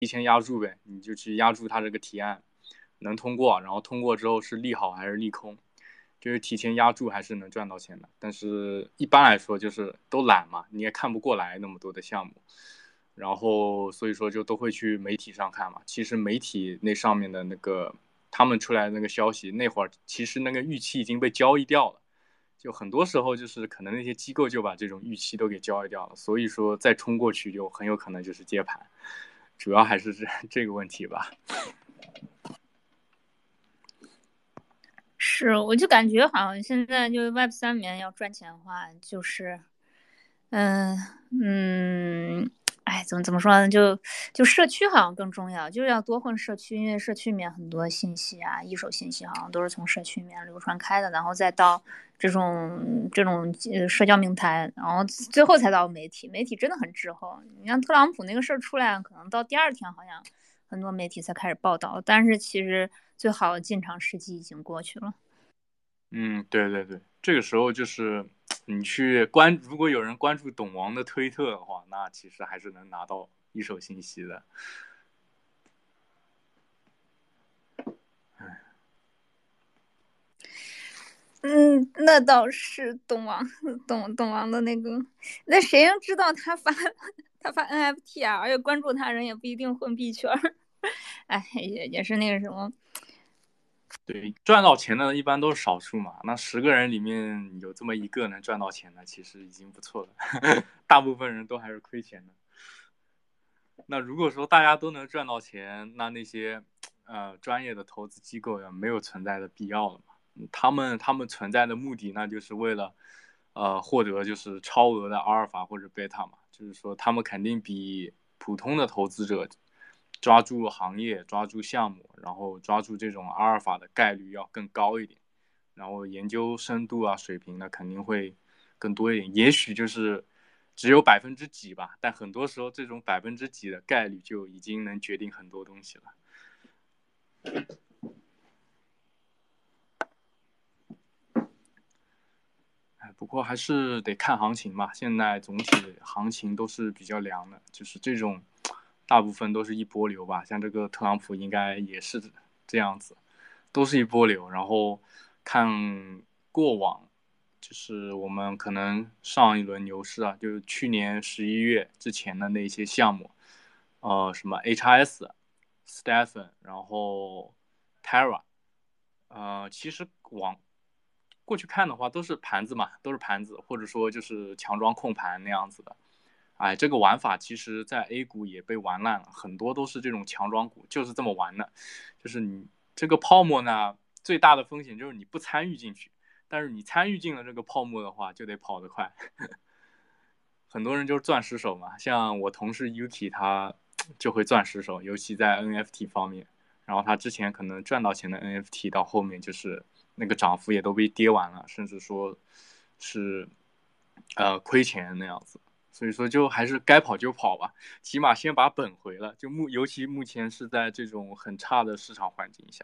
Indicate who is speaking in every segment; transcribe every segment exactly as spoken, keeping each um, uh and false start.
Speaker 1: 提前押注呗，你就去押注它这个提案能通过，然后通过之后是利好还是利空，就是提前押注还是能赚到钱的。但是一般来说就是都懒嘛，你也看不过来那么多的项目，然后所以说就都会去媒体上看嘛。其实媒体那上面的那个他们出来的那个消息，那会儿其实那个预期已经被交易掉了。就很多时候就是可能那些机构就把这种预期都给交易掉了，所以说再冲过去就很有可能就是接盘，主要还是这这个问题吧。
Speaker 2: 是，我就感觉好像现在就 Web 三里面要赚钱的话，就是，嗯嗯，哎，怎么怎么说呢？就就社区好像更重要，就是要多混社区，因为社区里面很多信息啊，一手信息好像都是从社区里面流传开的，然后再到这种这种呃社交平台，然后最后才到媒体。媒体真的很滞后，你像特朗普那个事儿出来，可能到第二天好像很多媒体才开始报道，但是其实最好的进场时机已经过去了。
Speaker 1: 嗯，对对对，这个时候就是你去关，如果有人关注董王的推特的话，那其实还是能拿到一手信息的。
Speaker 2: 嗯，那倒是董王，董董王的那个，那谁能知道他发他发 N F T 啊？而且关注他人也不一定混币圈儿，哎，也也是那个什么。
Speaker 1: 对，赚到钱的一般都是少数嘛，那十个人里面有这么一个能赚到钱的，其实已经不错了。大部分人都还是亏钱的。那如果说大家都能赚到钱，那那些呃专业的投资机构也没有存在的必要了嘛。他们他们存在的目的，那就是为了呃获得就是超额的阿尔法或者贝塔嘛，就是说他们肯定比普通的投资者抓住行业、抓住项目，然后抓住这种阿尔法的概率要更高一点，然后研究深度啊水平呢肯定会更多一点。也许就是只有百分之几吧，但很多时候这种百分之几的概率就已经能决定很多东西了。哎，不过还是得看行情吧。现在总体行情都是比较凉的，就是这种大部分都是一波流吧。像这个特朗普应该也是这样子，都是一波流。然后看过往，就是我们可能上一轮牛市啊，就是去年十一月之前的那些项目，呃，什么 H S、Stephen，然后 Terra，呃，其实往过去看的话，都是盘子嘛，都是盘子，或者说就是强装控盘那样子的。哎，这个玩法其实在 A 股也被玩烂了，很多都是这种强装股，就是这么玩的。就是你这个泡沫呢，最大的风险就是你不参与进去，但是你参与进了这个泡沫的话，就得跑得快。很多人就是钻石手嘛，像我同事 Yuki 他就会钻石手，尤其在 N F T 方面。然后他之前可能赚到钱的 N F T 到后面就是那个涨幅也都被跌完了，甚至说是呃亏钱那样子。所以说就还是该跑就跑吧，起码先把本回了。就目尤其目前是在这种很差的市场环境下。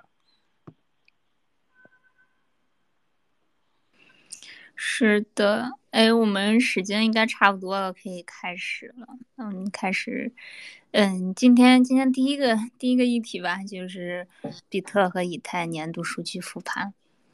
Speaker 2: 是的，哎，我们时间应该差不多了，可以开始了。嗯，开始，嗯，今天今天第一个第一个议题吧，就是比特和以太年度数据复盘。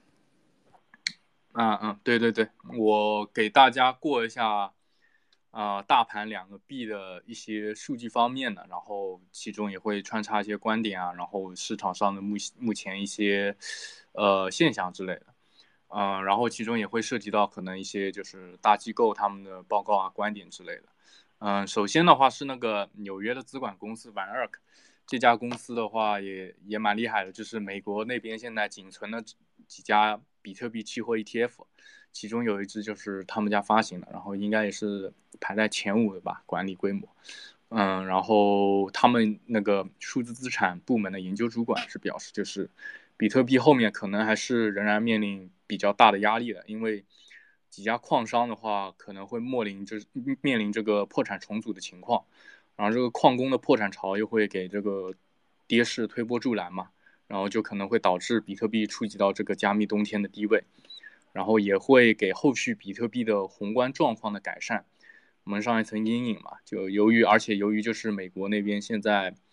Speaker 1: 嗯嗯，对对对，我给大家过一下，呃，大盘两个币的一些数据方面的，然后其中也会穿插一些观点啊，然后市场上的目目前一些呃现象之类的，嗯、呃，然后其中也会涉及到可能一些就是大机构他们的报告啊、观点之类的。嗯、呃，首先的话是那个纽约的资管公司 Van Eck，这家公司的话也也蛮厉害的，就是美国那边现在仅存的几家比特币期货 E T F，其中有一只就是他们家发行的，然后应该也是排在前五的吧，管理规模。嗯，然后他们那个数字资产部门的研究主管是表示，就是比特币后面可能还是仍然面临比较大的压力的，因为几家矿商的话可能会面临这面临这个破产重组的情况，然后这个矿工的破产潮又会给这个跌势推波助澜嘛，然后就可能会导致比特币触及到这个加密冬天的低位，然后也会给后续比特币的宏观状况的改善蒙上一层阴影嘛。就由于而且由于就是美国那边现在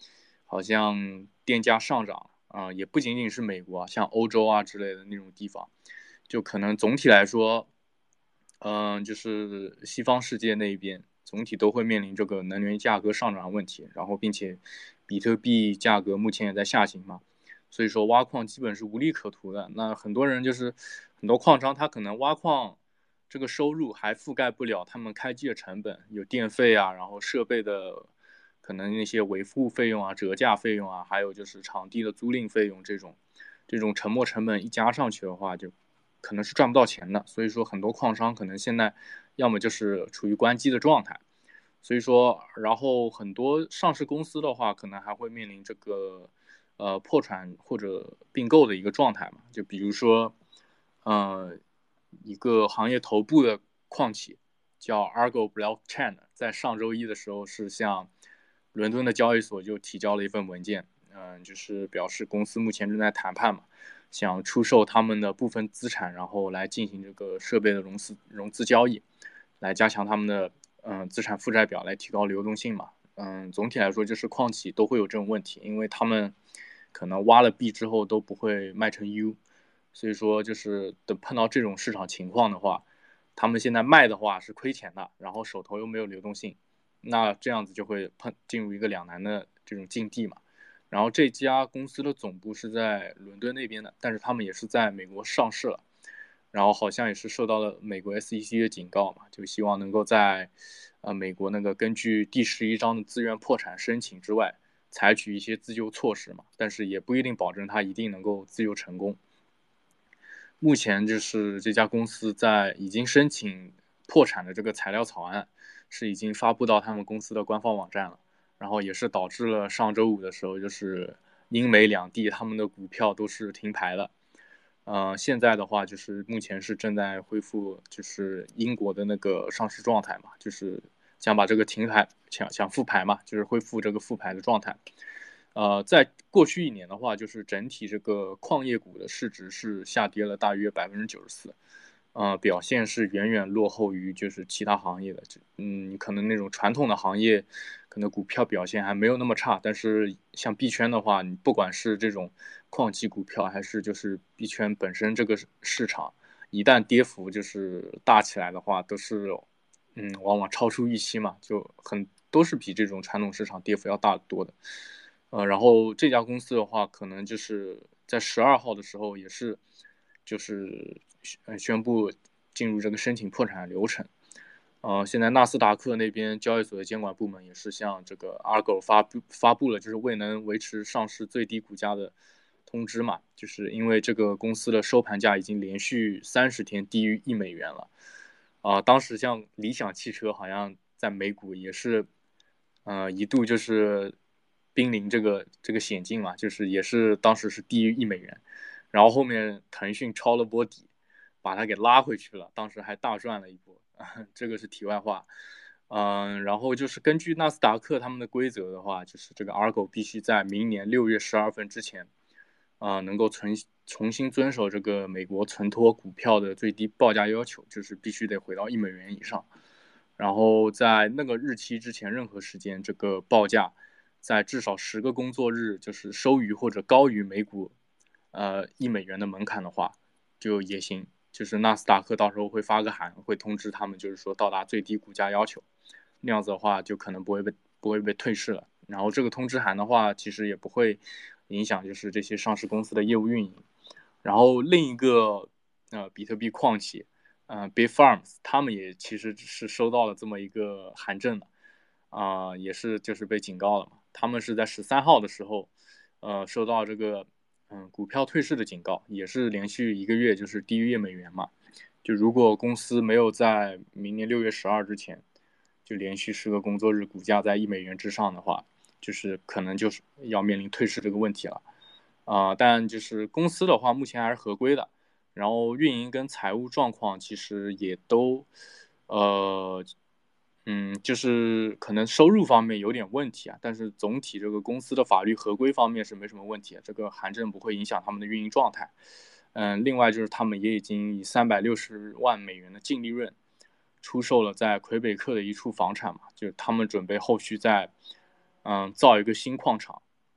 Speaker 1: 好像电价上涨啊、呃，也不仅仅是美国啊，像欧洲啊之类的那种地方，就可能总体来说，嗯、呃，就是西方世界那一边总体都会面临这个能源价格上涨的问题，然后并且比特币价格目前也在下行嘛，所以说挖矿基本是无利可图的。那很多人就是很多矿商他可能挖矿这个收入还覆盖不了他们开机的成本，有电费啊，然后设备的可能那些维护费用啊、折价费用啊，还有就是场地的租赁费用这种这种沉没成本一加上去的话，就可能是赚不到钱的。所以说很多矿商可能现在要么就是处于关机的状态。所以说，然后很多上市公司的话，可能还会面临这个呃破产或者并购的一个状态嘛。就比如说，呃，一个行业头部的矿企叫 Argo Blockchain，在上周一的时候是向伦敦的交易所就提交了一份文件，嗯、呃，就是表示公司目前正在谈判嘛，想出售他们的部分资产，然后来进行这个设备的融资融资交易，来加强他们的嗯、呃、资产负债表，来提高流动性嘛。嗯，总体来说就是矿企都会有这种问题，因为他们可能挖了币之后都不会卖成 U，所以说就是等碰到这种市场情况的话，他们现在卖的话是亏钱的，然后手头又没有流动性，那这样子就会碰进入一个两难的这种境地嘛。然后这家公司的总部是在伦敦那边的，但是他们也是在美国上市了，然后好像也是受到了美国 S E C 的警告嘛，就希望能够在呃美国那个根据第十一章的自愿破产申请之外，采取一些自救措施嘛，但是也不一定保证它一定能够自救成功。目前就是这家公司在已经申请破产的这个材料草案是已经发布到他们公司的官方网站了，然后也是导致了上周五的时候，就是英美两地他们的股票都是停牌了。呃，现在的话就是目前是正在恢复，就是英国的那个上市状态嘛，就是想把这个停牌想想复牌嘛，就是恢复这个复牌的状态。呃，在过去一年的话，就是整体这个矿业股的市值是下跌了大约百分之九十四，呃，表现是远远落后于就是其他行业的。嗯，可能那种传统的行业，可能股票表现还没有那么差，但是像币圈的话，你不管是这种矿机股票，还是就是币圈本身这个市场，一旦跌幅就是大起来的话，都是嗯，往往超出预期嘛，就很都是比这种传统市场跌幅要大得多的。呃，然后这家公司的话，可能就是在十二号的时候也是，就是宣布进入这个申请破产流程。呃，现在纳斯达克那边交易所的监管部门也是向这个 Argo 发布发布了就是未能维持上市最低股价的通知嘛，就是因为这个公司的收盘价已经连续三十天低于一美元了。啊、呃，当时像理想汽车好像在美股也是，呃，一度就是濒临这个这个险境嘛，就是也是当时是低于一美元，然后后面腾讯抄了波底，把它给拉回去了，当时还大赚了一波，这个是题外话。嗯，然后就是根据纳斯达克他们的规则的话，就是这个 Argo 必须在明年六月十二分之前，啊、呃，能够重重新遵守这个美国存托股票的最低报价要求，就是必须得回到一美元以上。然后在那个日期之前任何时间，这个报价在至少十个工作日就是收于或者高于每股呃一美元的门槛的话，就也行。就是纳斯达克到时候会发个函，会通知他们，就是说到达最低股价要求，那样子的话就可能不会被不会被退市了。然后这个通知函的话，其实也不会影响就是这些上市公司的业务运营。然后另一个呃比特币矿企，呃 Bitfarms， 他们也其实是收到了这么一个函证的，啊、呃，也是就是被警告了嘛。他们是在十三号的时候，呃，收到这个嗯股票退市的警告，也是连续一个月就是低于一美元嘛。就如果公司没有在明年六月十二之前，就连续十个工作日股价在一美元之上的话，就是可能就是要面临退市这个问题了。啊、呃，但就是公司的话，目前还是合规的，然后运营跟财务状况其实也都，呃，嗯，就是可能收入方面有点问题啊，但是总体这个公司的法律合规方面是没什么问题，这个函证不会影响他们的运营状态。嗯，另外就是他们也已经以三百六十万美元的净利润出售了在魁北克的一处房产嘛，就是他们准备后续再嗯造一个新矿场。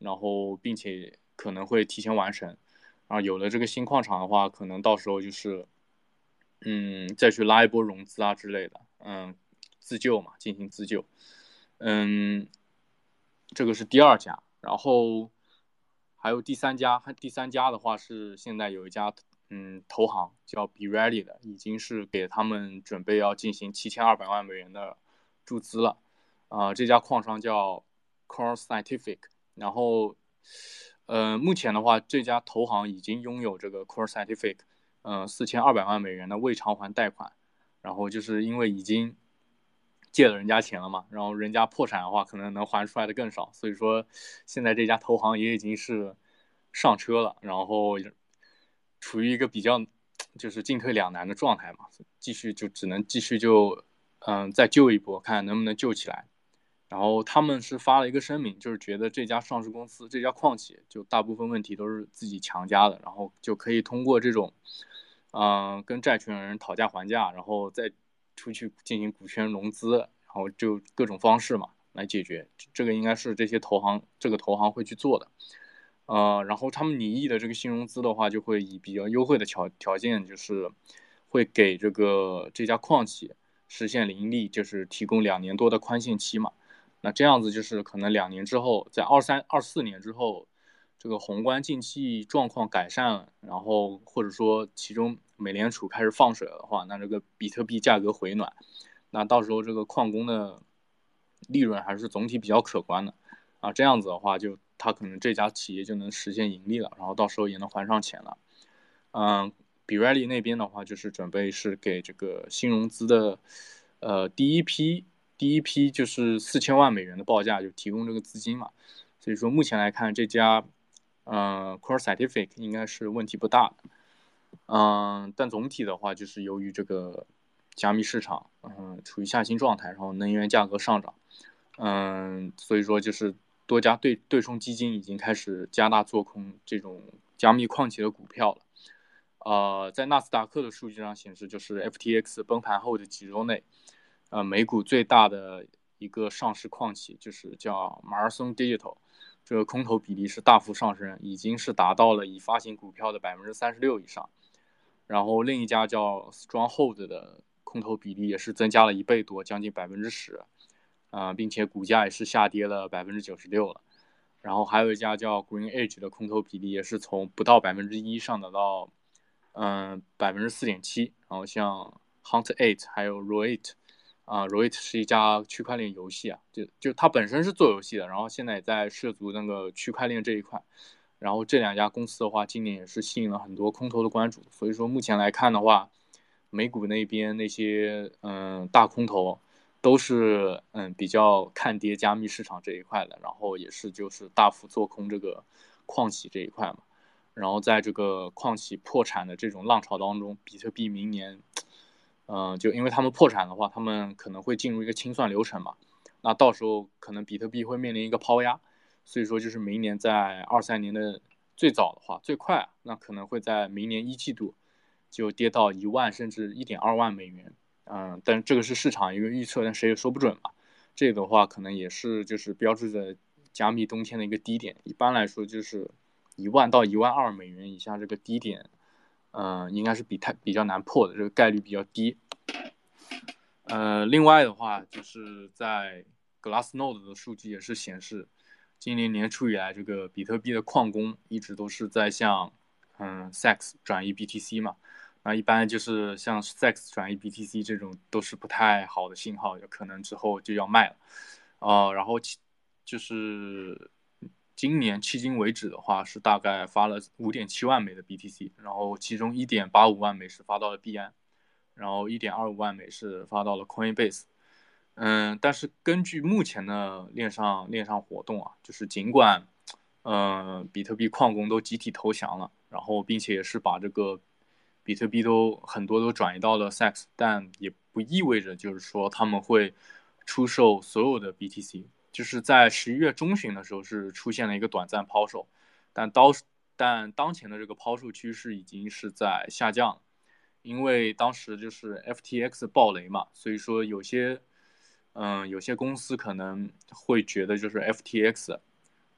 Speaker 1: 然后并且可能会提前完成，然后有了这个新矿场的话，可能到时候就是嗯再去拉一波融资啊之类的，嗯自救嘛，进行自救。嗯，这个是第二家，然后还有第三家，第三家的话是现在有一家嗯投行叫 Be Ready 的，已经是给他们准备要进行七千二百万美元的注资了。啊、呃，这家矿商叫 Core Scientific，然后呃目前的话，这家投行已经拥有这个 Core Scientific，呃四千二百万美元的未偿还贷款，然后就是因为已经借了人家钱了嘛，然后人家破产的话，可能能还出来的更少，所以说现在这家投行也已经是上车了，然后处于一个比较就是进退两难的状态嘛，继续就只能继续就嗯再救一波，看能不能救起来。然后他们是发了一个声明，就是觉得这家上市公司这家矿企就大部分问题都是自己强加的，然后就可以通过这种嗯、呃跟债权人讨价还价，然后再出去进行股权融资，然后就各种方式嘛来解决。这个应该是这些投行这个投行会去做的。呃，然后他们拟议的这个新融资的话，就会以比较优惠的条条件，就是会给这个这家矿企实现盈利，就是提供两年多的宽限期嘛。那这样子就是可能两年之后，在二三二四年之后，这个宏观经济状况改善了，然后或者说其中美联储开始放水了的话，那这个比特币价格回暖，那到时候这个矿工的利润还是总体比较可观的啊。这样子的话，就他可能这家企业就能实现盈利了，然后到时候也能还上钱了。嗯，比瑞利那边的话，就是准备是给这个新融资的，呃，第一批第一批就是四千万美元的报价，就提供这个资金嘛。所以说目前来看，这家呃 Core Scientific 应该是问题不大的。嗯，但总体的话，就是由于这个加密市场嗯处于下行状态，然后能源价格上涨，嗯，所以说就是多家对对冲基金已经开始加大做空这种加密矿企的股票了。呃，在纳斯达克的数据上显示，就是 F T X 崩盘后的几周内，呃，美股最大的一个上市矿企就是叫 Marathon Digital，这个空头比例是大幅上升，已经是达到了已发行股票的百分之三十六以上。然后另一家叫 Stronghold 的空头比例也是增加了一倍多，将近百分之十，啊，并且股价也是下跌了百分之九十六了。然后还有一家叫 Green Edge 的空头比例也是从不到百分之一上涨到嗯百分之四点七。然后像 Hunt Eight 还有 Roit 啊 ，Roit 是一家区块链游戏啊，就就它本身是做游戏的，然后现在也在涉足那个区块链这一块。然后这两家公司的话，今年也是吸引了很多空头的关注，所以说目前来看的话，美股那边那些嗯大空头都是嗯比较看跌加密市场这一块的，然后也是就是大幅做空这个矿企这一块嘛。然后在这个矿企破产的这种浪潮当中，比特币明年，嗯、呃，就因为他们破产的话，他们可能会进入一个清算流程嘛，那到时候可能比特币会面临一个抛压，所以说就是明年在二三年的最早的话，最快那可能会在明年一季度就跌到一万甚至一点二万美元，嗯，但这个是市场一个预测，但谁也说不准嘛。这个的话可能也是就是标志着加密冬天的一个低点，一般来说就是一万到一万二美元以下这个低点，嗯、呃，应该是比太比较难破的，这个概率比较低。呃，另外的话，就是在 Glassnode 的数据也是显示，今年年初以来，这个比特币的矿工一直都是在向嗯 S E X 转移 B T C 嘛。那一般就是像 S E X 转移 B T C 这种都是不太好的信号，有可能之后就要卖了。呃，然后就是今年迄今为止的话，是大概发了五点七万枚的 B T C，然后其中一点八五万枚是发到了币安。然后一点二五万枚是发到了 Coinbase，嗯，但是根据目前的链上链上活动啊，就是尽管，呃，比特币矿工都集体投降了，然后并且也是把这个比特币都很多都转移到了 S E X，但也不意味着就是说他们会出售所有的 B T C，就是在十一月中旬的时候是出现了一个短暂抛售，但当但当前的这个抛售趋势已经是在下降了。因为当时就是 F T X 爆雷嘛，所以说有些，嗯，有些公司可能会觉得就是 F T X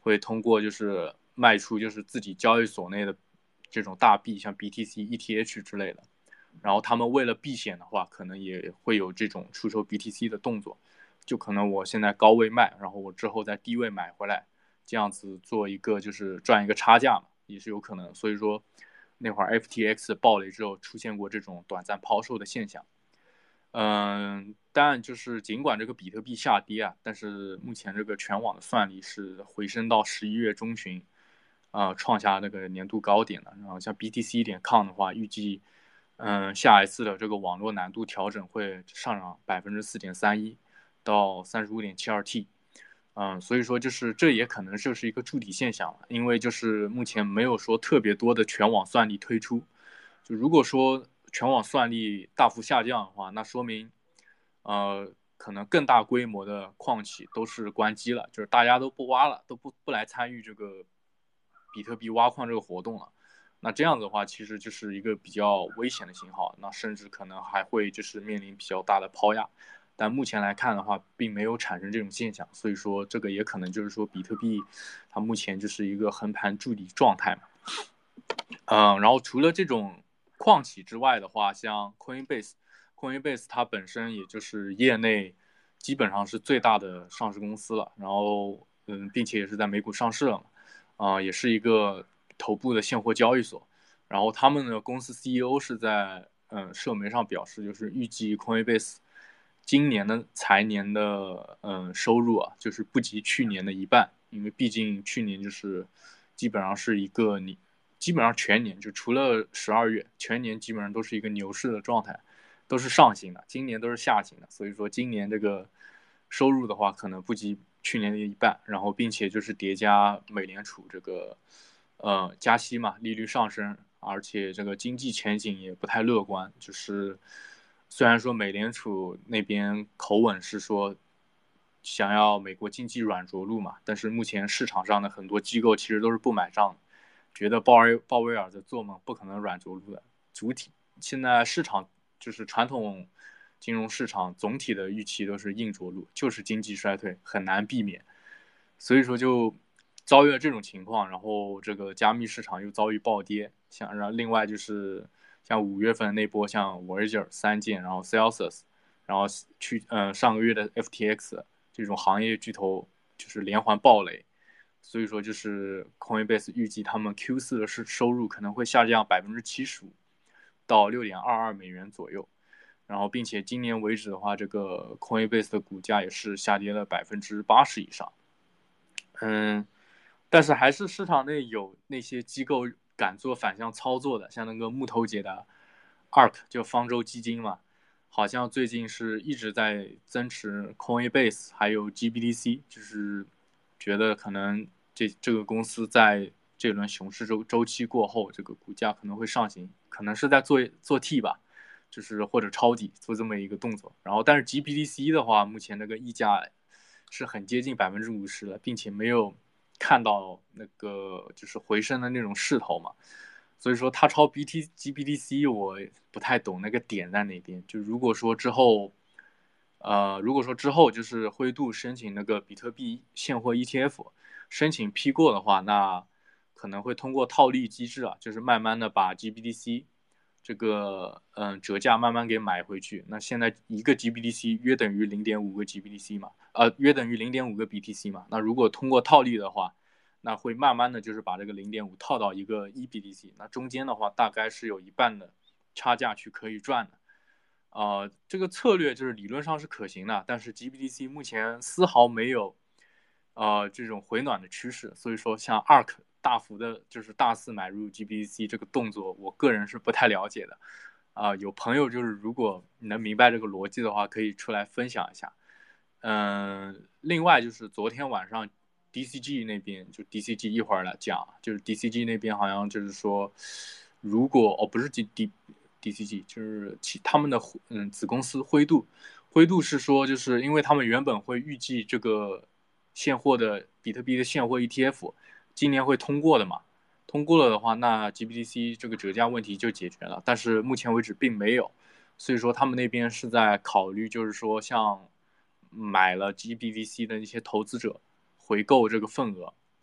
Speaker 1: 会通过就是卖出就是自己交易所内的这种大币，像 B T C、E T H 之类的。然后他们为了避险的话，可能也会有这种出售 B T C 的动作，就可能我现在高位卖，然后我之后在低位买回来，这样子做一个就是赚一个差价嘛，也是有可能。所以说那会儿 F T X 暴雷之后出现过这种短暂抛售的现象。嗯，但就是尽管这个比特币下跌啊，但是目前这个全网的算力是回升到十一月中旬，啊、呃，创下那个年度高点了。然后像 B T C 点 com 的话，预计，嗯，下一次的这个网络难度调整会上涨百分之四点三一到三十五点七二 T。嗯，所以说就是这也可能就是一个筑底现象了，因为就是目前没有说特别多的全网算力推出。就如果说全网算力大幅下降的话，那说明，呃，可能更大规模的矿企都是关机了，就是大家都不挖了，都不不来参与这个比特币挖矿这个活动了。那这样子的话，其实就是一个比较危险的信号，那甚至可能还会就是面临比较大的抛压。但目前来看的话，并没有产生这种现象，所以说这个也可能就是说比特币它目前就是一个横盘筑底状态嘛。嗯，然后除了这种矿企之外的话，像 Coinbase，Coinbase 它本身也就是业内基本上是最大的上市公司了，然后嗯，并且也是在美股上市了嘛，啊、呃，也是一个头部的现货交易所。然后他们的公司 C E O 是在嗯社媒上表示，就是预计 Coinbase 今年的财年的嗯收入啊，就是不及去年的一半，因为毕竟去年就是基本上是一个你基本上全年就除了十二月，全年基本上都是一个牛市的状态，都是上行的，今年都是下行的，所以说今年这个收入的话，可能不及去年的一半，然后并且就是叠加美联储这个呃加息嘛，利率上升，而且这个经济前景也不太乐观，就是虽然说美联储那边口吻是说想要美国经济软着陆嘛，但是目前市场上的很多机构其实都是不买账的，觉得鲍尔鲍威尔在做梦，不可能软着陆的。主体现在市场就是传统金融市场总体的预期都是硬着陆，就是经济衰退很难避免，所以说就遭遇了这种情况，然后这个加密市场又遭遇暴跌，像然后另外就是像五月份那波像 Voyager 三件，然后 Celsius，然后去呃上个月的 F T X 这种行业巨头就是连环暴雷，所以说就是 Coinbase 预计他们 Q 四的收入可能会下降百分之七十五到六点二二美元左右，然后并且今年为止的话，这个 Coinbase 的股价也是下跌了百分之八十以上。嗯，但是还是市场内有那些机构敢做反向操作的，像那个木头姐的 A R K 就方舟基金嘛，好像最近是一直在增持 Coinbase 还有 G B D C， 就是觉得可能这这个公司在这轮熊市周周期过后，这个股价可能会上行，可能是在做做 T 吧，就是或者抄底做这么一个动作。然后，但是 G B D C 的话，目前那个溢价是很接近百分之五十了，并且没有看到那个就是回升的那种势头嘛。所以说它抄 B T G B D C 我不太懂那个点在哪边。就如果说之后，呃，如果说之后就是灰度申请那个比特币现货 E T F 申请批过的话，那可能会通过套利机制啊，就是慢慢的把 G B D C 这个嗯折价慢慢给买回去。那现在一个 G B D C 约等于零点五个 G B D C 嘛，呃，约等于零点五个 B T C 嘛。那如果通过套利的话，那会慢慢的就是把这个零点五套到一个 E B D C，那中间的话大概是有一半的差价去可以赚的。呃，这个策略就是理论上是可行的，但是 G B D C 目前丝毫没有呃这种回暖的趋势，所以说像 A R K 大幅的就是大肆买入 G B D C 这个动作，我个人是不太了解的。啊、呃，有朋友就是如果能明白这个逻辑的话，可以出来分享一下。嗯、呃，另外就是昨天晚上 D C G 那边就 D C G 一会儿来讲，就是 D C G 那边好像就是说，如果哦不是 D D D C G，就是其他们的嗯子公司灰度，灰度是说就是因为他们原本会预计这个现货的比特币的现货 E T F 今年会通过的嘛，通过了的话，那 G B D C 这个折价问题就解决了，但是目前为止并没有，所以说他们那边是在考虑，就是说像买了 G B D C 的一些投资者回购这个份额，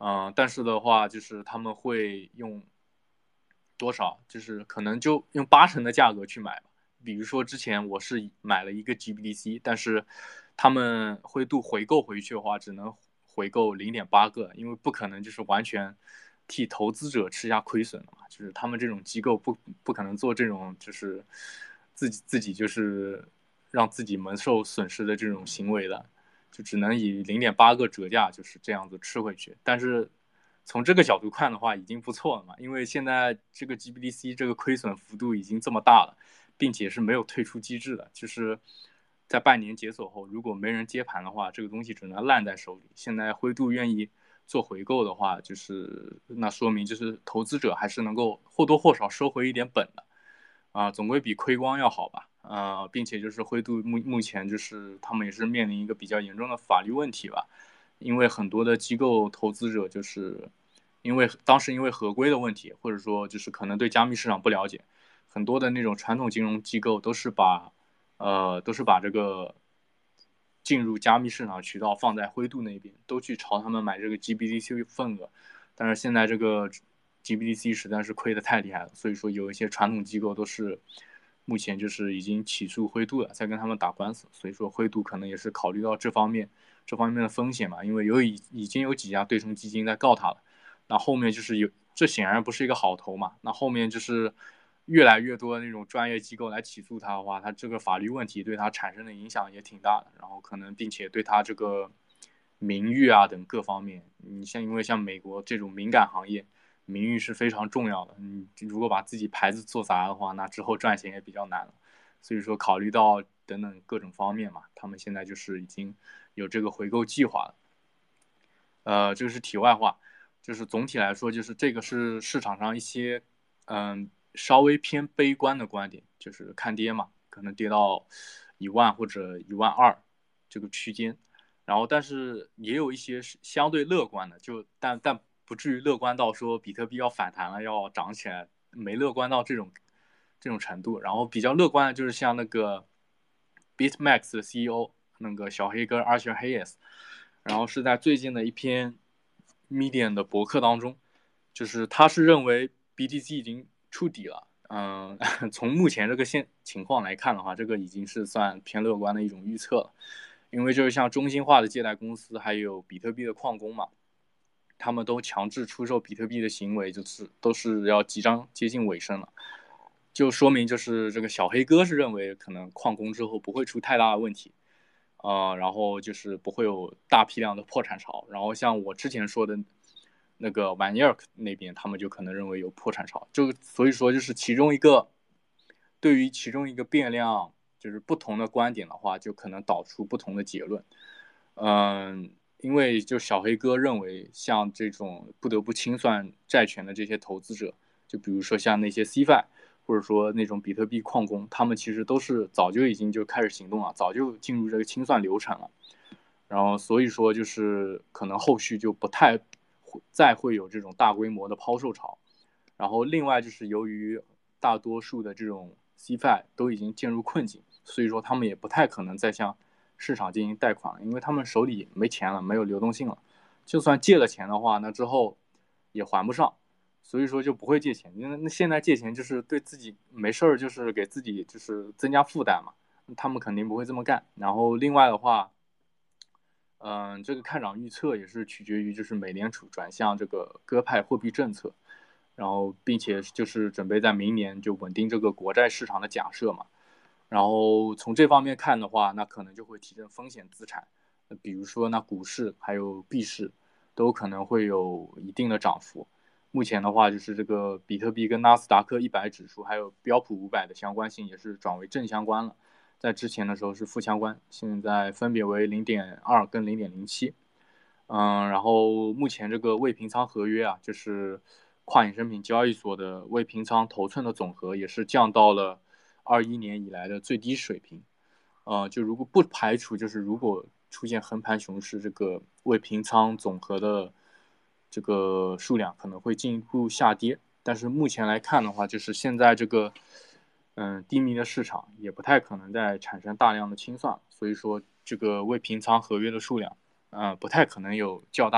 Speaker 1: 嗯、呃，但是的话就是他们会用多少，就是可能就用八成的价格去买吧。比如说之前我是买了一个 G B D C， 但是他们灰度回购回去的话，只能回购零点八个，因为不可能就是完全替投资者吃下亏损的嘛。就是他们这种机构不不可能做这种就是自己自己就是让自己蒙受损失的这种行为的，就只能以零点八个折价就是这样子吃回去。但是从这个角度看的话，已经不错了嘛，因为现在这个 G B D C 这个亏损幅度已经这么大了，并且是没有退出机制的，就是在半年解锁后，如果没人接盘的话，这个东西只能烂在手里。现在灰度愿意做回购的话，就是那说明就是投资者还是能够或多或少收回一点本的啊、呃，总归比亏光要好吧。呃，并且就是灰度目目前就是他们也是面临一个比较严重的法律问题吧，因为很多的机构投资者就是因为当时因为合规的问题，或者说就是可能对加密市场不了解，很多的那种传统金融机构都是把呃都是把这个进入加密市场渠道放在灰度那边，都去朝他们买这个 G B D C 份额，但是现在这个 G B D C 实在是亏得太厉害了，所以说有一些传统机构都是目前就是已经起诉灰度了，在跟他们打官司，所以说灰度可能也是考虑到这方面这方面的风险嘛，因为有已已经有几家对冲基金在告他了，那后面就是有这显然不是一个好头嘛，那后面就是越来越多的那种专业机构来起诉他的话，他这个法律问题对他产生的影响也挺大的，然后可能并且对他这个名誉啊等各方面，你像因为像美国这种敏感行业，名誉是非常重要的，你如果把自己牌子做砸的话，那之后赚钱也比较难了。所以说考虑到等等各种方面嘛，他们现在就是已经有这个回购计划了。呃，这个是题外话，就是总体来说，就是这个是市场上一些嗯稍微偏悲观的观点，就是看跌嘛，可能跌到一万或者一万二这个区间，然后但是也有一些是相对乐观的，就但但不至于乐观到说比特币要反弹了要涨起来，没乐观到这种这种程度。然后比较乐观的就是像那个 BitMax 的 C E O 那个小黑哥 Arthur Hayes，然后是在最近的一篇 Medium 的博客当中，就是他是认为 B T C 已经触底了。嗯，从目前这个现情况来看的话，这个已经是算偏乐观的一种预测了。因为就是像中心化的借贷公司，还有比特币的矿工嘛，他们都强制出售比特币的行为，就是都是要即将接近尾声了。就说明就是这个小黑哥是认为可能矿工之后不会出太大的问题，呃，然后就是不会有大批量的破产潮。然后像我之前说的那个玩意儿那边，他们就可能认为有破产潮。就所以说就是其中一个对于其中一个变量就是不同的观点的话，就可能导出不同的结论。嗯，因为就小黑哥认为，像这种不得不清算债权的这些投资者，就比如说像那些 C F I，或者说那种比特币矿工，他们其实都是早就已经就开始行动了，早就进入这个清算流程了。然后所以说就是可能后续就不太再会有这种大规模的抛售潮。然后另外就是由于大多数的这种 C F I 都已经进入困境，所以说他们也不太可能再向市场进行贷款了，因为他们手里没钱了，没有流动性了。就算借了钱的话，那之后也还不上，所以说就不会借钱。因为那现在借钱就是对自己没事儿，就是给自己就是增加负担嘛，他们肯定不会这么干。然后另外的话，嗯，这个看涨预测也是取决于就是美联储转向这个鸽派货币政策，然后并且就是准备在明年就稳定这个国债市场的假设嘛。然后从这方面看的话，那可能就会提振风险资产，比如说那股市还有币市都可能会有一定的涨幅。目前的话，就是这个比特币跟纳斯达克一百指数还有标普五百的相关性也是转为正相关了，在之前的时候是负相关，现在分别为零点二跟零点零七。嗯，然后目前这个未平仓合约啊，就是跨衍生品交易所的未平仓头寸的总和也是降到了二一年以来的最低水平。呃，就如果不排除就是如果出现横盘熊市，这个未平仓总和的这个数量可能会进一步下跌。但是目前来看的话，就是现在这个嗯低迷的市场也不太可能再产生大量的清算，所以说这个未平仓合约的数量，呃，不太可能有较大的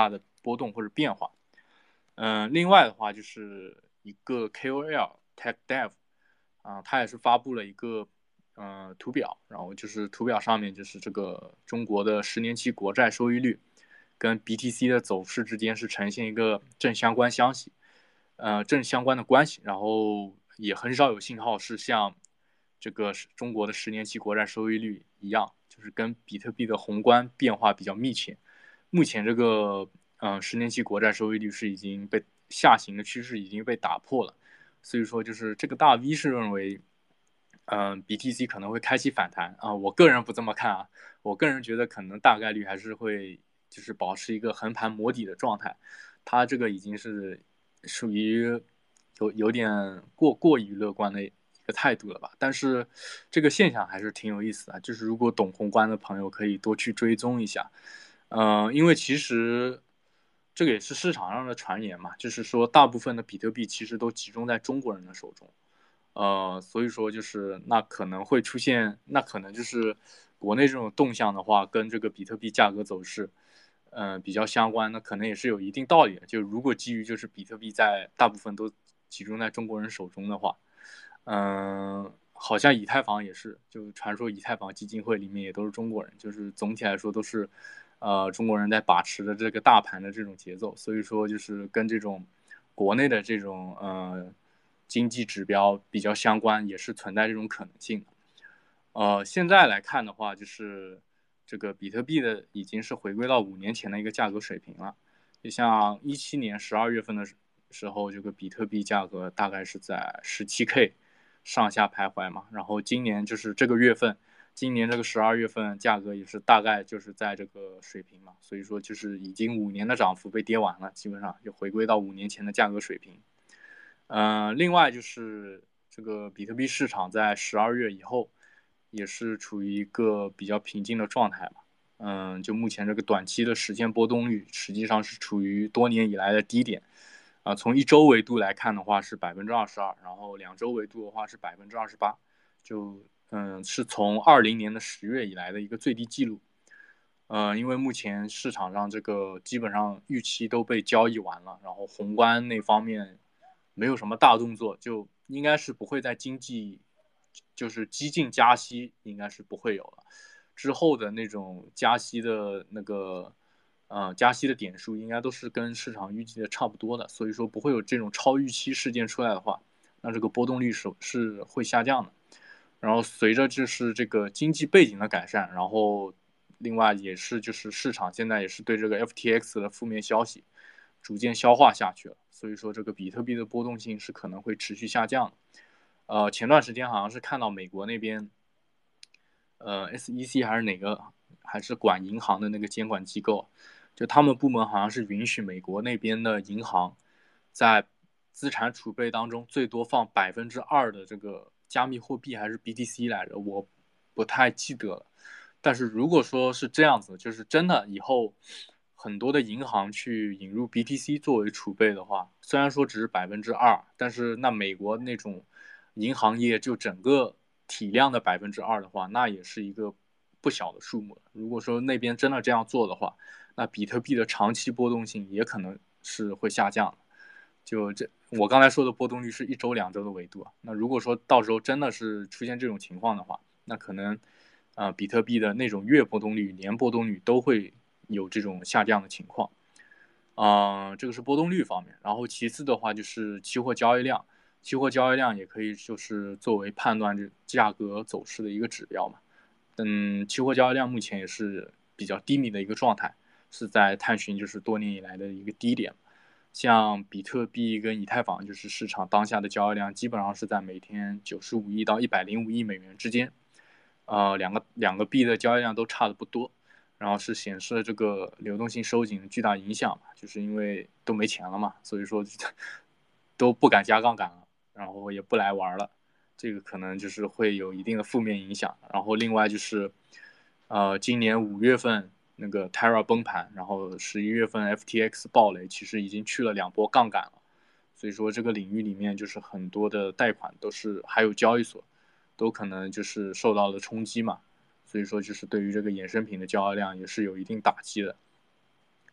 Speaker 1: 波动或者变化。嗯、呃，另外的话就是一个 K O L Tech Dev 啊、呃，他也是发布了一个呃图表，然后就是图表上面就是这个中国的十年期国债收益率跟 B T C 的走势之间是呈现一个正相关相系，呃正相关的关系，然后也很少有信号是像这个中国的十年期国债收益率一样，就是跟比特币的宏观变化比较密切。目前这个嗯、呃、十年期国债收益率是已经被下行的趋势已经被打破了，所以说就是这个大 V 是认为嗯、呃、B T C 可能会开启反弹啊，我个人不这么看啊，我个人觉得可能大概率还是会就是保持一个横盘摸底的状态，它这个已经是属于有有点过过于乐观的一个态度了吧。但是这个现象还是挺有意思的，就是如果懂宏观的朋友可以多去追踪一下。嗯、呃，因为其实这个也是市场上的传言嘛，就是说大部分的比特币其实都集中在中国人的手中。呃，所以说就是那可能会出现，那可能就是国内这种动向的话，跟这个比特币价格走势，呃，比较相关，那可能也是有一定道理的。就如果基于就是比特币在大部分都集中在中国人手中的话，嗯、呃，好像以太坊也是，就传说以太坊基金会里面也都是中国人，就是总体来说都是，呃，中国人在把持的这个大盘的这种节奏，所以说就是跟这种国内的这种呃。经济指标比较相关，也是存在这种可能性的。呃，现在来看的话，就是这个比特币的已经是回归到五年前的一个价格水平了。就像一七年十二月份的时候，这个比特币价格大概是在十七 K 上下徘徊嘛。然后今年就是这个月份，今年这个十二月份价格也是大概就是在这个水平嘛。所以说就是已经五年的涨幅被跌完了，基本上就回归到五年前的价格水平。呃，另外就是这个比特币市场在十二月以后，也是处于一个比较平静的状态嘛。嗯，就目前这个短期的实现波动率，实际上是处于多年以来的低点。啊、呃，从一周维度来看的话是百分之二十二，然后两周维度的话是百分之二十八，就嗯是从二零年的十月以来的一个最低记录。呃，因为目前市场上这个基本上预期都被交易完了，然后宏观那方面没有什么大动作，就应该是不会在经济就是激进加息，应该是不会有了。之后的那种加息的那个呃加息的点数，应该都是跟市场预计的差不多的，所以说不会有这种超预期事件出来的话，那这个波动率是是会下降的。然后随着就是这个经济背景的改善，然后另外也是就是市场现在也是对这个 F T X 的负面消息逐渐消化下去了，所以说这个比特币的波动性是可能会持续下降的。呃，前段时间好像是看到美国那边，呃，S E C 还是哪个，还是管银行的那个监管机构，就他们部门好像是允许美国那边的银行在资产储备当中最多放百分之二的这个加密货币还是 B T C 来着，我不太记得了。但是如果说是这样子，就是真的以后很多的银行去引入 B T C 作为储备的话，虽然说只是百分之二，但是那美国那种银行业就整个体量的百分之二的话，那也是一个不小的数目。如果说那边真的这样做的话，那比特币的长期波动性也可能是会下降的。就这，我刚才说的波动率是一周、两周的维度啊。那如果说到时候真的是出现这种情况的话，那可能，呃，比特币的那种月波动率、年波动率都会有这种下降的情况。啊、呃，这个是波动率方面。然后其次的话就是期货交易量，期货交易量也可以就是作为判断这价格走势的一个指标嘛。嗯，期货交易量目前也是比较低迷的一个状态，是在探寻就是多年以来的一个低点。像比特币跟以太坊，就是市场当下的交易量基本上是在每天九十五亿到一百零五亿美元之间，呃，两个两个币的交易量都差的不多，然后是显示了这个流动性收紧的巨大影响嘛，就是因为都没钱了嘛，所以说都不敢加杠杆了，然后也不来玩了，这个可能就是会有一定的负面影响。然后另外就是，呃，今年五月份那个 Terra 崩盘，然后十一月份 F T X 暴雷，其实已经去了两波杠杆了。所以说这个领域里面就是很多的贷款都是还有交易所都可能就是受到了冲击嘛，所以说就是对于这个衍生品的交易量也是有一定打击的。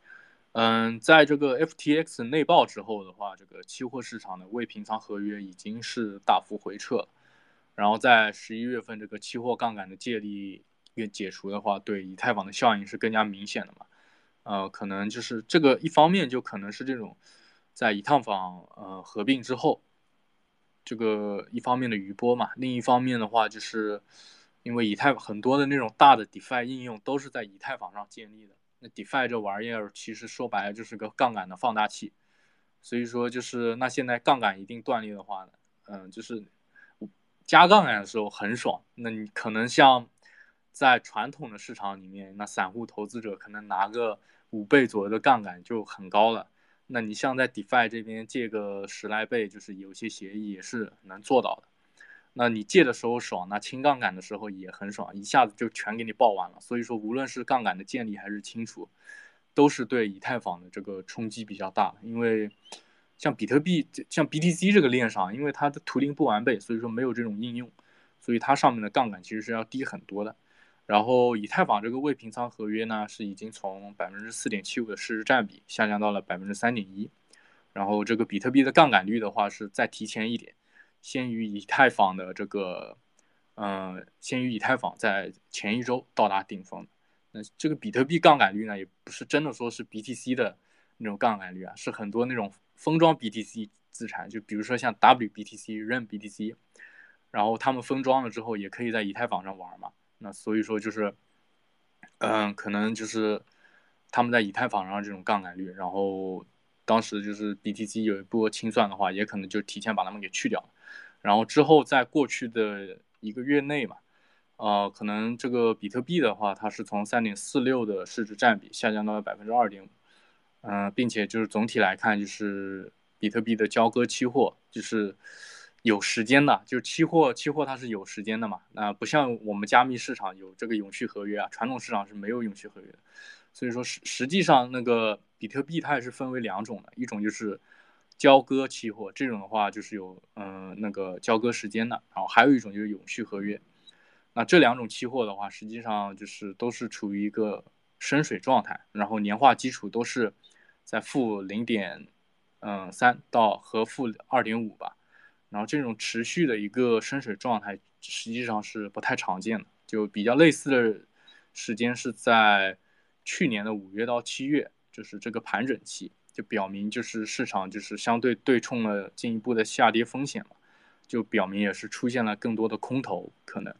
Speaker 1: 嗯，在这个 F T X 内爆之后的话，这个期货市场的未平仓合约已经是大幅回撤了。然后在十一月份这个期货杠杆的借力给解除的话，对以太坊的效应是更加明显的嘛。呃，可能就是这个一方面就可能是这种在以太坊呃合并之后，这个一方面的余波嘛，另一方面的话就是因为以太很多的那种大的 DeFi 应用都是在以太坊上建立的。那 DeFi 这玩意儿其实说白了就是个杠杆的放大器，所以说就是那现在杠杆一定断裂的话呢，嗯，就是加杠杆的时候很爽，那你可能像在传统的市场里面，那散户投资者可能拿个五倍左右的杠杆就很高了。那你像在 DeFi 这边借个十来倍，就是有些协议也是能做到的。那你借的时候爽，那清杠杆的时候也很爽，一下子就全给你爆完了。所以说，无论是杠杆的建立还是清除，都是对以太坊的这个冲击比较大。因为像比特币、像 B T C 这个链上，因为它的图灵不完备，所以说没有这种应用，所以它上面的杠杆其实是要低很多的。然后以太坊这个未平仓合约呢，是已经从百分之四点七五的市值占比下降到了百分之三点一。然后这个比特币的杠杆率的话是再提前一点，先于以太坊的这个，呃，先于以太坊在前一周到达顶峰。那这个比特币杠杆率呢，也不是真的说是 B T C 的那种杠杆率啊，是很多那种封装 B T C 资产，就比如说像 W B T C、R E M B T C，然后他们封装了之后也可以在以太坊上玩嘛。那所以说就是，嗯，可能就是他们在以太坊上这种杠杆率，然后当时就是 B T C 有一波清算的话，也可能就提前把他们给去掉了。然后之后在过去的一个月内嘛，呃，可能这个比特币的话，它是从三点四六的市值占比下降到了百分之二点五，嗯，并且就是总体来看，就是比特币的交割期货就是有时间的，就是期货期货它是有时间的嘛，那不像我们加密市场有这个永续合约啊，传统市场是没有永续合约的，所以说实实际上那个比特币它也是分为两种的，一种就是交割期货，这种的话就是有嗯、呃、那个交割时间的，然后还有一种就是永续合约。那这两种期货的话，实际上就是都是处于一个深水状态，然后年化基础都是在负零点嗯三到和负二点五吧，然后这种持续的一个深水状态实际上是不太常见的，就比较类似的时间是在去年的五月到七月，就是这个盘整期，就表明就是市场就是相对对冲了进一步的下跌风险嘛，就表明也是出现了更多的空头可能。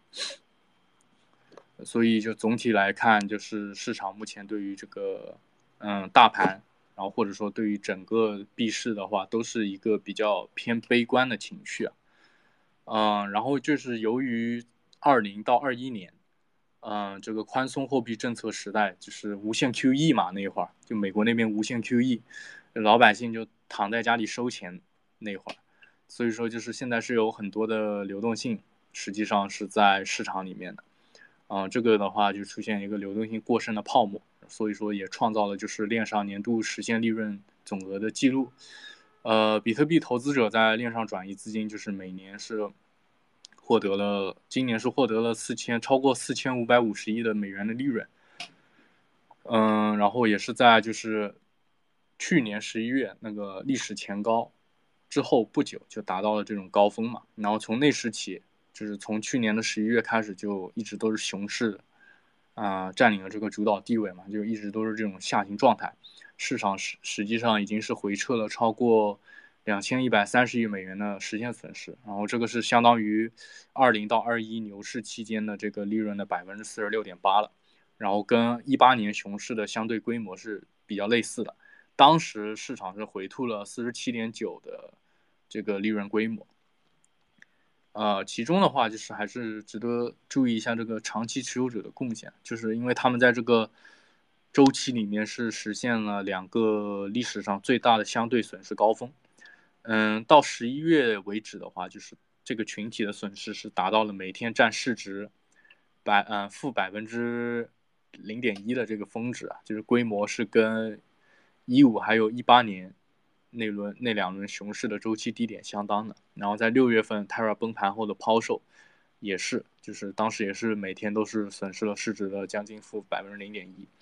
Speaker 1: 所以就总体来看，就是市场目前对于这个嗯大盘，然后或者说对于整个币市的话，都是一个比较偏悲观的情绪啊。嗯，然后就是由于二零到二一年，嗯，这个宽松货币政策时代，就是无限 Q E 嘛，那一会儿就美国那边无限 Q E，老百姓就躺在家里收钱那会儿，所以说就是现在是有很多的流动性，实际上是在市场里面的。啊、呃，这个的话就出现一个流动性过剩的泡沫，所以说也创造了就是链上年度实现利润总额的记录。呃，比特币投资者在链上转移资金，就是每年是获得了，今年是获得了四千超过四千五百五十亿的美元的利润。嗯，然后也是在就是去年十一月那个历史前高之后不久就达到了这种高峰嘛，然后从那时起，就是从去年的十一月开始就一直都是熊市，啊、呃，占领了这个主导地位嘛，就一直都是这种下行状态，市场实实际上已经是回撤了超过两千一百三十亿美元的实现损失，然后这个是相当于二零到二一牛市期间的这个利润的百分之四十六点八了。然后跟一八年熊市的相对规模是比较类似的，当时市场是回吐了四十七点九的这个利润规模。呃，其中的话就是还是值得注意一下这个长期持有者的贡献，就是因为他们在这个周期里面是实现了两个历史上最大的相对损失高峰。嗯，到十一月为止的话，就是这个群体的损失是达到了每天占市值百嗯负百分之零点一的这个峰值啊，就是规模是跟一五还有一八年那轮那两轮熊市的周期低点相当的。然后在六月份 Terra 崩盘后的抛售也是，就是当时也是每天都是损失了市值的将近负百分之零点一，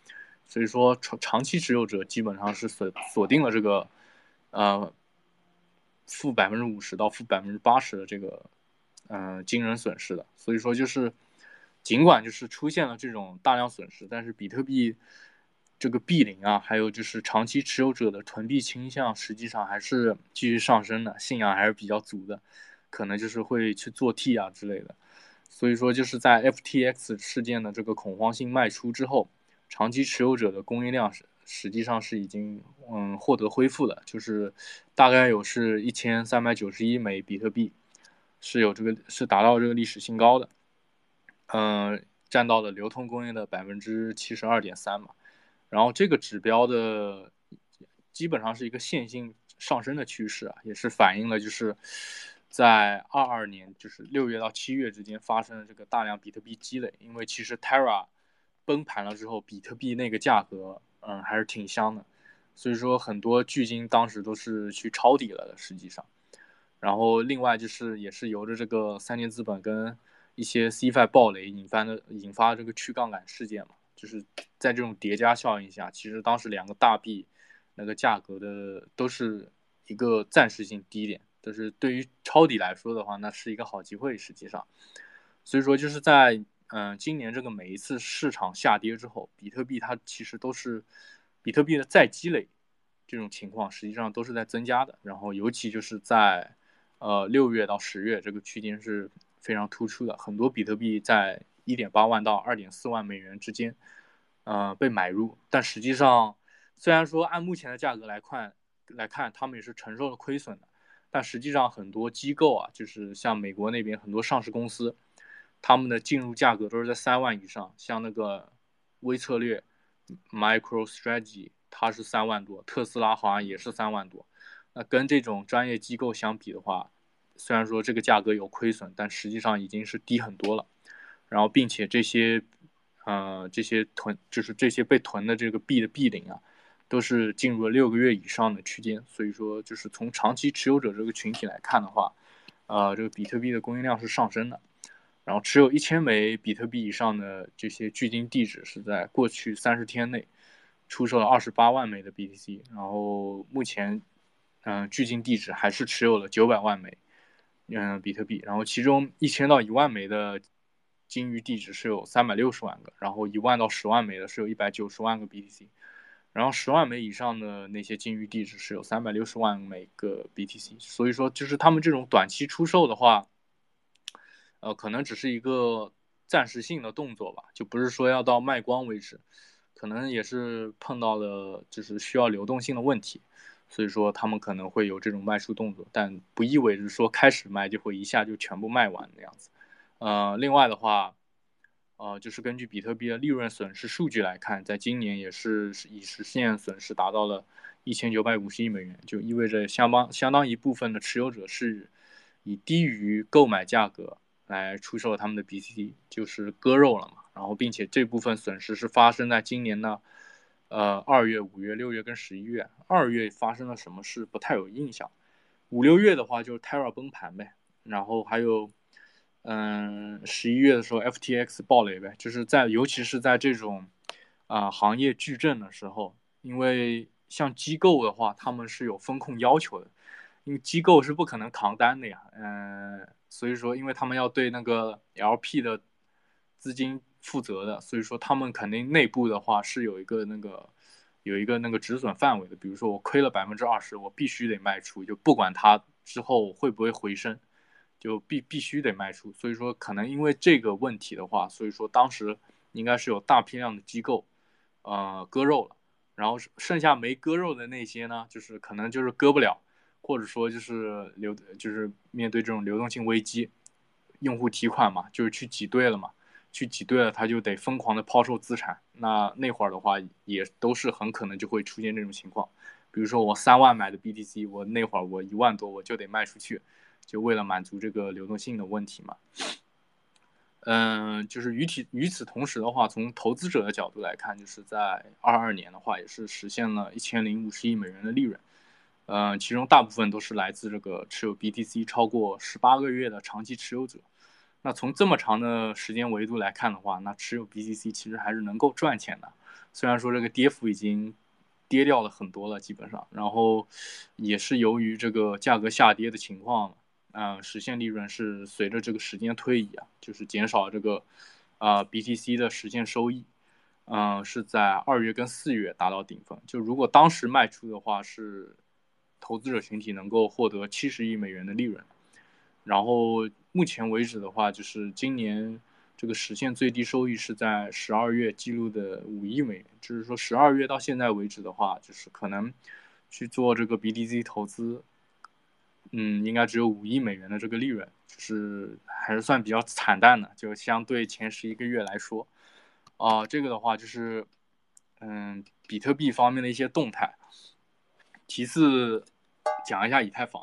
Speaker 1: 所以说长长期持有者基本上是锁锁定了这个呃负百分之五十到负百分之八十的这个嗯、呃、惊人损失的。所以说就是尽管就是出现了这种大量损失，但是比特币这个币龄啊，还有就是长期持有者的囤币倾向，实际上还是继续上升的，信仰还是比较足的，可能就是会去做 T 啊之类的。所以说就是在 F T X 事件的这个恐慌性卖出之后，长期持有者的供应量是实际上是已经嗯获得恢复了，就是大概有是一千三百九十一枚比特币，是有这个是达到这个历史新高的，嗯、呃，占到了流通供应的百分之七十二点三嘛。然后这个指标的基本上是一个线性上升的趋势啊，也是反映了就是在二二年就是六月到七月之间发生了这个大量比特币积累，因为其实 Terra 崩盘了之后，比特币那个价格嗯还是挺香的，所以说很多巨鲸当时都是去抄底了的，实际上。然后另外就是也是由着这个三年资本跟一些 C F I 暴雷引发的引发这个去杠杆事件嘛，就是在这种叠加效应下，其实当时两个大币那个价格的都是一个暂时性低点，但是对于抄底来说的话，那是一个好机会，实际上。所以说就是在嗯、呃、今年这个每一次市场下跌之后，比特币它其实都是比特币的再积累这种情况，实际上都是在增加的。然后尤其就是在呃六月到十月这个区间是非常突出的，很多比特币在一点八万到二点四万美元之间，呃被买入，但实际上虽然说按目前的价格来看来看，他们也是承受了亏损的，但实际上很多机构啊，就是像美国那边很多上市公司，他们的进入价格都是在三万以上，像那个微策略 MicroStrategy 它是三万多，特斯拉好像也是三万多。那跟这种专业机构相比的话，虽然说这个价格有亏损，但实际上已经是低很多了。然后，并且这些，呃，这些囤就是这些被囤的这个币的币龄啊，都是进入了六个月以上的区间。所以说，就是从长期持有者这个群体来看的话，呃，这个比特币的供应量是上升的。然后，持有一千枚比特币以上的这些巨鲸地址是在过去三十天内出售了二十八万枚的 B T C，然后目前，嗯、呃，巨鲸地址还是持有了九百万枚，嗯、呃，比特币，然后其中一千到一万枚的鲸鱼地址是有三百六十万个，然后一万到十万枚的是有一百九十万个 B T C，然后十万枚以上的那些鲸鱼地址是有三百六十万枚个 B T C，所以说就是他们这种短期出售的话，呃，可能只是一个暂时性的动作吧，就不是说要到卖光为止，可能也是碰到了就是需要流动性的问题，所以说他们可能会有这种卖出动作，但不意味着说开始卖就会一下就全部卖完的样子。呃，另外的话，呃，就是根据比特币的利润损失数据来看，在今年也是已实现损失达到了一千九百五十亿美元，就意味着相当相当一部分的持有者是以低于购买价格来出售他们的 B T C， 就是割肉了嘛。然后，并且这部分损失是发生在今年的，呃，二月、五月、六月跟十一月。二月发生了什么事不太有印象，五六月的话就是 Terra 崩盘呗，然后还有，嗯，十一月的时候 F T X 暴雷呗，就是在尤其是在这种啊、呃、行业巨震的时候，因为像机构的话，他们是有风控要求的。因为机构是不可能扛单的呀，嗯、呃，所以说，因为他们要对那个 L P 的资金负责的，所以说他们肯定内部的话是有一个那个有一个那个止损范围的。比如说我亏了百分之二十，我必须得卖出，就不管它之后会不会回升，就必必须得卖出。所以说，可能因为这个问题的话，所以说当时应该是有大批量的机构呃割肉了，然后剩下没割肉的那些呢，就是可能就是割不了。或者说就是流就是面对这种流动性危机，用户提款嘛，就是去挤兑了嘛，去挤兑了他就得疯狂的抛售资产，那那会儿的话也都是很可能就会出现这种情况，比如说我三万买的 B T C， 我那会儿我一万多我就得卖出去，就为了满足这个流动性的问题嘛。嗯，就是与其与此同时的话，从投资者的角度来看，就是在二二年的话，也是实现了一千零五十亿美元的利润。呃，其中大部分都是来自这个持有 B T C 超过十八个月的长期持有者。那从这么长的时间维度来看的话，那持有 B T C 其实还是能够赚钱的。 虽然说这个跌幅已经跌掉了很多了，基本上，然后也是由于这个价格下跌的情况，啊、呃，实现利润是随着这个时间推移啊，就是减少这个啊、呃、B T C 的实现收益，嗯、呃，是在二月跟四月达到顶峰。就如果当时卖出的话，是投资者群体能够获得七十亿美元的利润。然后目前为止的话，就是今年这个实现最低收益是在十二月记录的五亿美元，就是说十二月到现在为止的话，就是可能去做这个 B T C 投资，嗯，应该只有五亿美元的这个利润，就是还是算比较惨淡的，就相对前十一个月来说，啊、呃，这个的话就是嗯，比特币方面的一些动态。其次讲一下以太坊。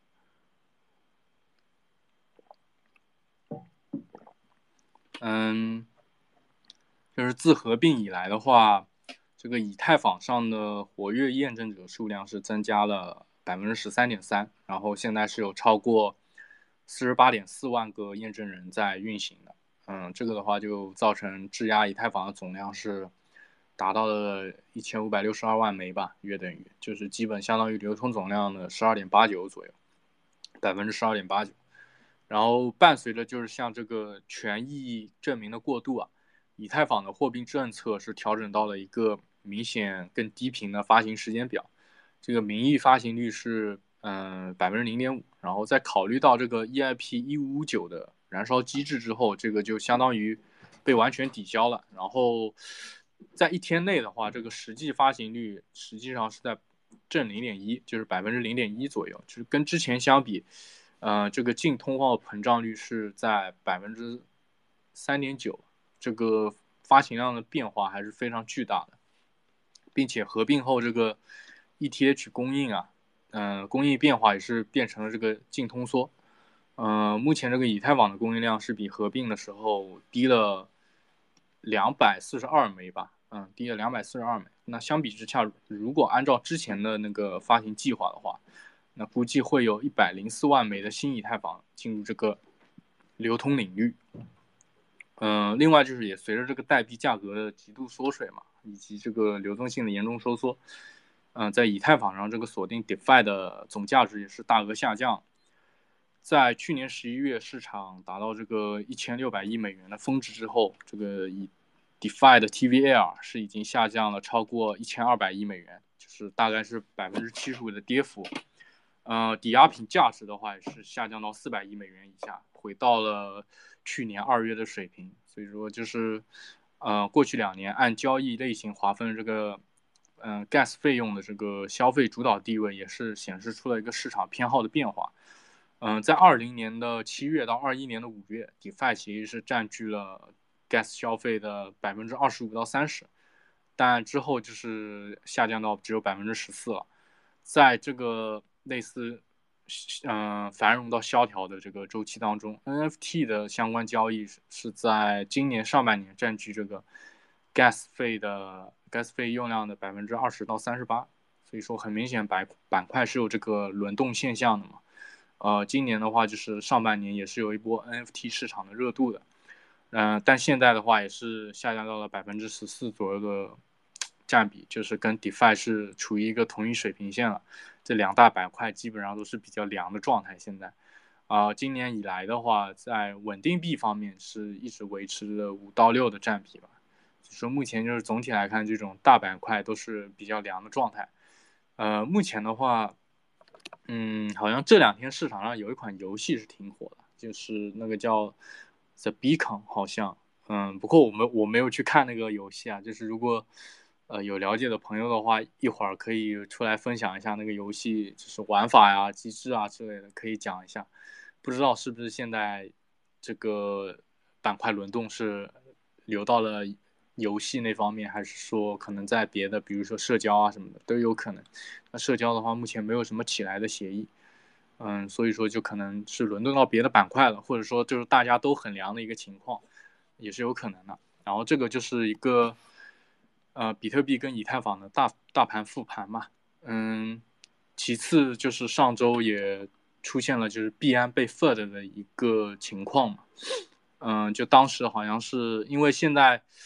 Speaker 1: 嗯，就是自合并以来的话，这个以太坊上的活跃验证者数量是增加了百分之十三点三，然后现在是有超过四十八点四万个验证人在运行的。嗯，这个的话就造成质押以太坊的总量是达到了一千五百六十二万枚吧，约等于就是基本相当于流通总量的十二点八九左右，百分之十二点八九。然后伴随着就是像这个权益证明的过渡啊，以太坊的货币政策是调整到了一个明显更低频的发行时间表，这个名义发行率是嗯百分之零点五，然后在考虑到这个 E I P 一五五九的燃烧机制之后，这个就相当于被完全抵消了。然后在一天内的话，这个实际发行率实际上是在正零点一，就是百分之零点一左右，就是跟之前相比。呃，这个净通货膨胀率是在百分之三点九，这个发行量的变化还是非常巨大的，并且合并后这个 E T H 供应啊，嗯、呃，供应变化也是变成了这个净通缩。呃，目前这个以太坊的供应量是比合并的时候低了两百四十二枚吧，嗯，低了两百四十二枚。那相比之下，如果按照之前的那个发行计划的话，那估计会有一百零四万枚的新以太坊进入这个流通领域。嗯、呃，另外就是也随着这个代币价格的极度缩水嘛，以及这个流动性的严重收缩，嗯、呃，在以太坊上这个锁定 DeFi 的总价值也是大额下降。在去年十一月市场达到这个一千六百亿美元的峰值之后，这个以 DeFi 的 T V L 是已经下降了超过一千二百亿美元，就是大概是百分之七十五的跌幅。呃，抵押品价值的话也是下降到四百亿美元以下，回到了去年二月的水平。所以说就是，呃，过去两年按交易类型划分这个，嗯、呃、，gas 费用的这个消费主导地位也是显示出了一个市场偏好的变化。嗯、呃，在二零年的七月到二一年的五月 ，DeFi 其实是占据了 gas 消费的百分之二十五到三十，但之后就是下降到只有百分之十四了。在这个类似，嗯、呃，繁荣到萧条的这个周期当中 ，N F T 的相关交易是在今年上半年占据这个 gas 费的 gas 费用量的百分之二十到三十八，所以说很明显板板块是有这个轮动现象的嘛。呃，今年的话就是上半年也是有一波 N F T 市场的热度的，嗯、呃，但现在的话也是下降到了百分之十四左右的占比，就是跟 DeFi 是处于一个同一水平线了。这两大板块基本上都是比较凉的状态。现在，啊、呃，今年以来的话，在稳定币方面是一直维持着五到六的占比吧。就说目前就是总体来看，这种大板块都是比较凉的状态。呃，目前的话，嗯，好像这两天市场上有一款游戏是挺火的，就是那个叫 The Beacon，好像。嗯，不过我们我没有去看那个游戏啊，就是如果呃有了解的朋友的话，一会儿可以出来分享一下那个游戏，就是玩法呀、机制啊之类的，可以讲一下。不知道是不是现在这个板块轮动是流到了游戏那方面，还是说可能在别的，比如说社交啊什么的都有可能。那社交的话，目前没有什么起来的协议，嗯，所以说就可能是轮动到别的板块了，或者说就是大家都很凉的一个情况，也是有可能的。然后这个就是一个呃比特币跟以太坊的大大盘复盘嘛，嗯，其次就是上周也出现了就是币安被 F U D 的一个情况嘛，嗯，就当时好像是因为现在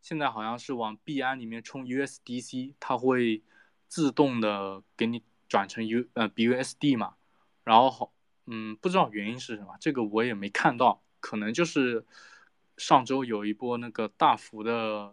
Speaker 1: 现在好像是往币安里面充 U S D C， 它会自动的给你转成 U 呃 B U S D 嘛，然后好嗯不知道原因是什么，这个我也没看到，可能就是上周有一波那个大幅的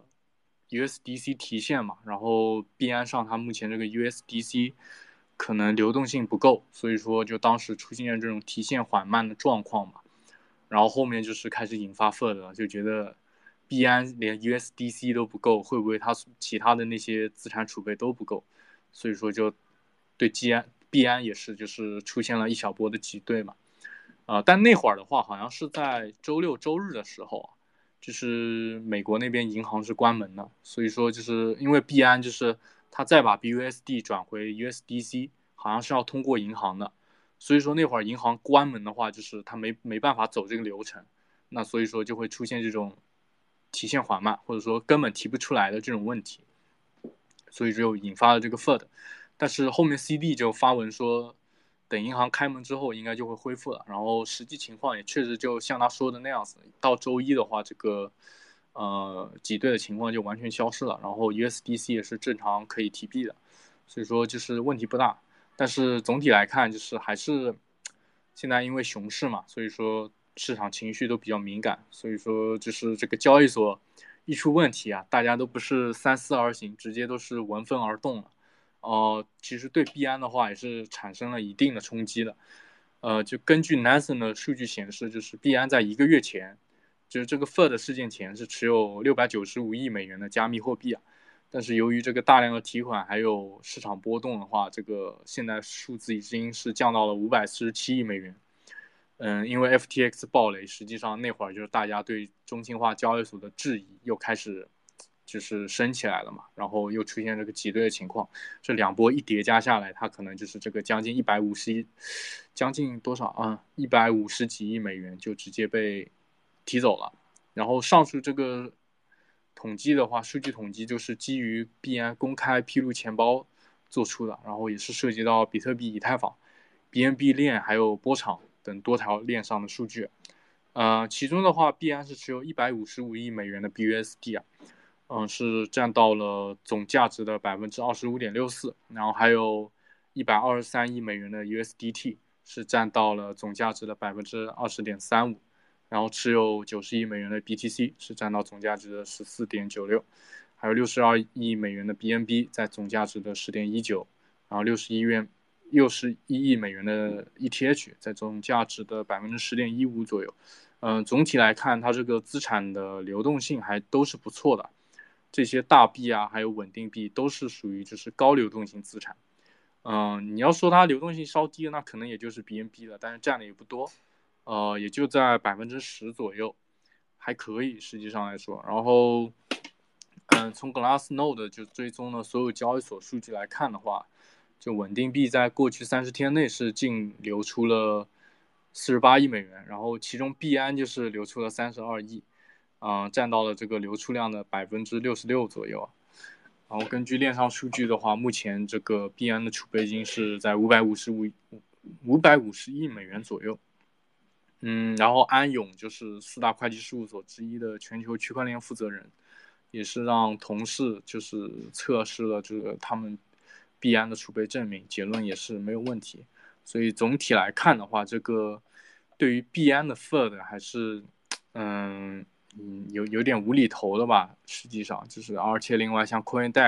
Speaker 1: U S D C 提现嘛，然后币安上它目前这个 U S D C 可能流动性不够，所以说就当时出现了这种提现缓慢的状况嘛，然后后面就是开始引发 F U D 了，就觉得币安连 U S D C 都不够，会不会它其他的那些资产储备都不够？所以说就对币安币安也是就是出现了一小波的挤兑嘛。呃，但那会儿的话，好像是在周六周日的时候，就是美国那边银行是关门的，所以说就是因为币安就是它再把 B U S D 转回 U S D C，好像是要通过银行的，所以说那会儿银行关门的话，就是它没没办法走这个流程，那所以说就会出现这种提现缓慢，或者说根本提不出来的这种问题，所以就引发了这个 F U D。但是后面 C D 就发文说，等银行开门之后应该就会恢复了，然后实际情况也确实就像他说的那样子，到周一的话，这个呃挤兑的情况就完全消失了，然后 U S D C 也是正常可以提币的，所以说就是问题不大。但是总体来看，就是还是现在因为熊市嘛，所以说市场情绪都比较敏感，所以说就是这个交易所一出问题啊，大家都不是三思而行，直接都是闻风而动了。呃，其实对币安的话也是产生了一定的冲击的。呃，就根据 Nansen 的数据显示，就是币安在一个月前，就是这个 F U D 事件前是持有六百九十五亿美元的加密货币啊，但是由于这个大量的提款还有市场波动的话，这个现在数字已经是降到了五百四十七亿美元。嗯，因为 F T X 暴雷，实际上那会儿就是大家对中心化交易所的质疑又开始就是升起来了嘛，然后又出现这个挤兑的情况，这两波一叠加下来，它可能就是这个将近一百五十亿，将近多少啊？一百五十几亿美元就直接被提走了。然后上述这个统计的话，数据统计就是基于币安公开披露钱包做出的，然后也是涉及到比特币、以太坊、B N B 链还有波场等多条链上的数据。呃，其中的话，币安是持有一百五十五亿美元的 B U S D 啊，嗯，是占到了总价值的百分之二十五点六四，然后还有一百二十三亿美元的 U S D T 是占到了总价值的百分之二十点三五，然后持有九十亿美元的 B T C 是占到总价值的十四点九六，还有六十二亿美元的 B N B 在总价值的十点一九，然后六十亿元。六十一亿美元的 E T H 在总价值的百分之十点一五左右，嗯、呃，总体来看，它这个资产的流动性还都是不错的。这些大币啊，还有稳定币都是属于就是高流动性资产。嗯、呃，你要说它流动性稍低，那可能也就是 B N B 了，但是占的也不多，呃，也就在百分之十左右，还可以，实际上来说。然后，嗯、呃，从 Glassnode 就追踪的所有交易所数据来看的话，就稳定币在过去三十天内是净流出了四十八亿美元，然后其中币安就是流出了三十二亿，啊、呃，占到了这个流出量的百分之六十六左右。然后根据链上数据的话，目前这个币安的储备金是在五百五十五五百五十亿美元左右。嗯，然后安永就是四大会计事务所之一的全球区块链负责人，也是让同事就是测试了这个他们币安的储备证明，结论也是没有问题。所以总体来看的话，这个对于币安的 F U D 还是嗯嗯有有点无厘头的吧。实际上就是，而且另外像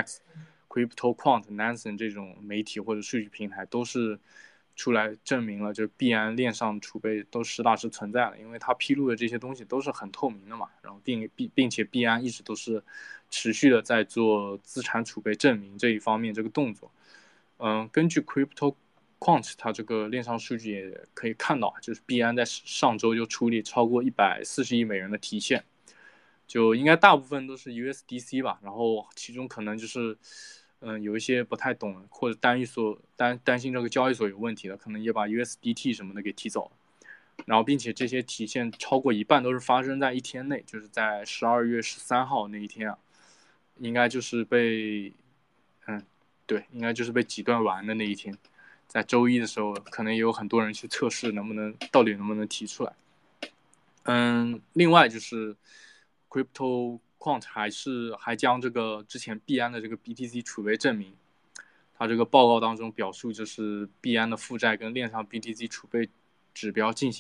Speaker 1: CoinDesk、CryptoQuant、Nansen 这种媒体或者数据平台都是出来证明了，就币安链上储备都实打实存在了，因为它披露的这些东西都是很透明的嘛。然后并并并且币安一直都是持续的在做资产储备证明这一方面这个动作。嗯，根据 CryptoQuant 它这个链上数据也可以看到，就是币安在上周就处理超过一百四十亿美元的提现，就应该大部分都是 U S D C 吧，然后其中可能就是，嗯，有一些不太懂或者单一所担担心这个交易所有问题的，可能也把 U S D T 什么的给提走了，然后并且这些提现超过一半都是发生在一天内，就是在十二月十三号那一天啊，应该就是被，嗯，对，应该就是被挤断完的那一天，在周一的时候，可能也有很多人去测试能不能到底能不能提出来。嗯，另外就是 Crypto Quant 还是还将这个之前币安的这个 B T C 储备证明，他这个报告当中表述就是币安的负债跟链上 B T C 储备指标进行